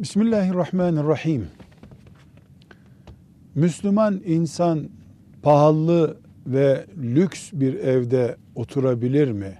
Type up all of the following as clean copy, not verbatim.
Bismillahirrahmanirrahim. Müslüman insan pahalı ve lüks bir evde oturabilir mi?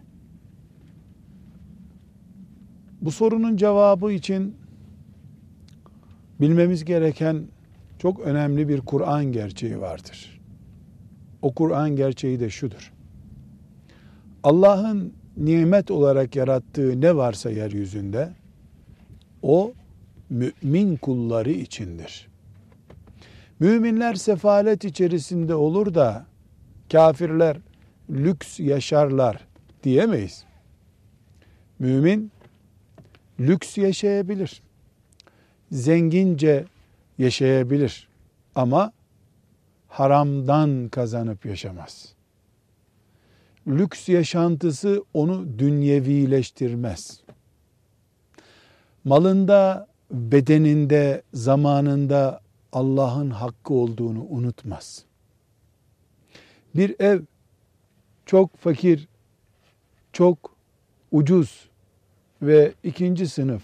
Bu sorunun cevabı için bilmemiz gereken çok önemli bir Kur'an gerçeği vardır. O Kur'an gerçeği de şudur: Allah'ın nimet olarak yarattığı ne varsa yeryüzünde o mümin kulları içindir. Müminler sefalet içerisinde olur da kafirler lüks yaşarlar diyemeyiz. Mümin lüks yaşayabilir, zengince yaşayabilir ama haramdan kazanıp yaşamaz. Lüks yaşantısı onu dünyevileştirmez. Malında, bedeninde, zamanında Allah'ın hakkı olduğunu unutmaz. Bir ev çok fakir, çok ucuz ve ikinci sınıf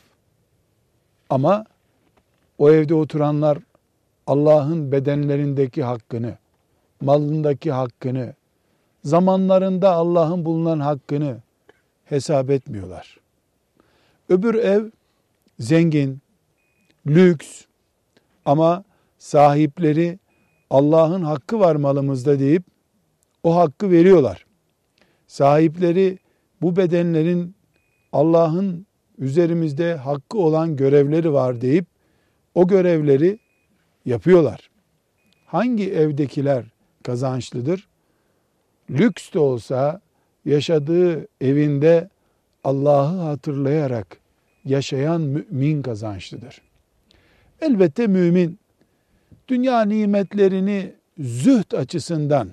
ama o evde oturanlar Allah'ın bedenlerindeki hakkını, malındaki hakkını, zamanlarında Allah'ın bulunan hakkını hesap etmiyorlar. Öbür ev zengin, lüks ama sahipleri Allah'ın hakkı var malımızda deyip o hakkı veriyorlar. Sahipleri bu bedenlerin Allah'ın üzerimizde hakkı olan görevleri var deyip o görevleri yapıyorlar. Hangi evdekiler kazançlıdır? Lüks de olsa yaşadığı evinde Allah'ı hatırlayarak yaşayan mümin kazançlıdır. Elbette mümin dünya nimetlerini zühd açısından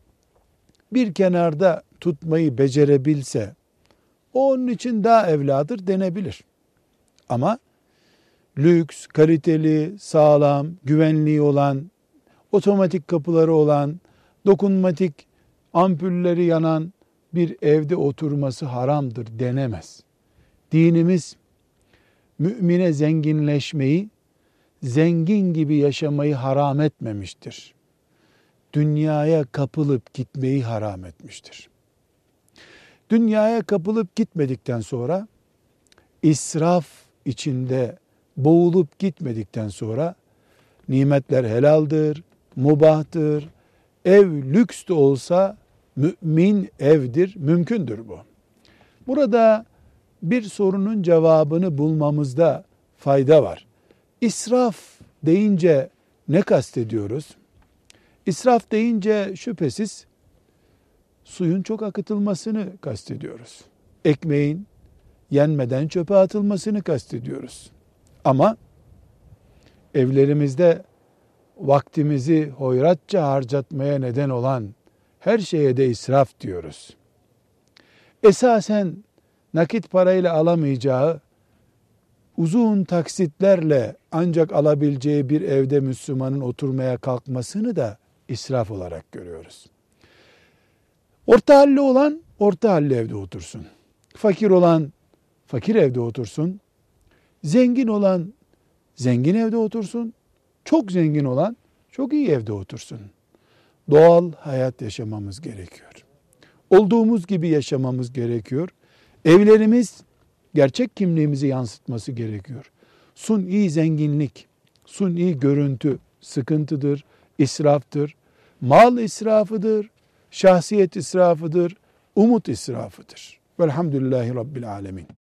bir kenarda tutmayı becerebilse o onun için daha evladır denebilir. Ama lüks, kaliteli, sağlam, güvenliği olan, otomatik kapıları olan, dokunmatik ampulleri yanan bir evde oturması haramdır denemez. Dinimiz mümine zenginleşmeyi, zengin gibi yaşamayı haram etmemiştir. Dünyaya kapılıp gitmeyi haram etmiştir. Dünyaya kapılıp gitmedikten sonra, israf içinde boğulup gitmedikten sonra nimetler helaldir, mubahtır. Ev lüks de olsa mümin evdir, mümkündür bu. Burada bir sorunun cevabını bulmamızda fayda var. İsraf deyince ne kastediyoruz? İsraf deyince şüphesiz suyun çok akıtılmasını kastediyoruz. Ekmeğin yenmeden çöpe atılmasını kastediyoruz. Ama evlerimizde vaktimizi hoyratça harcatmaya neden olan her şeye de israf diyoruz. Esasen nakit parayla alamayacağı, uzun taksitlerle ancak alabileceği bir evde Müslümanın oturmaya kalkmasını da israf olarak görüyoruz. Orta halli olan orta halli evde otursun. Fakir olan fakir evde otursun. Zengin olan zengin evde otursun. Çok zengin olan çok iyi evde otursun. Doğal hayat yaşamamız gerekiyor. Olduğumuz gibi yaşamamız gerekiyor. Evlerimiz gerçek kimliğimizi yansıtması gerekiyor. Suni zenginlik, suni görüntü sıkıntıdır, israftır. Mal israfıdır, şahsiyet israfıdır, umut israfıdır. Velhamdülillahi Rabbil alemin.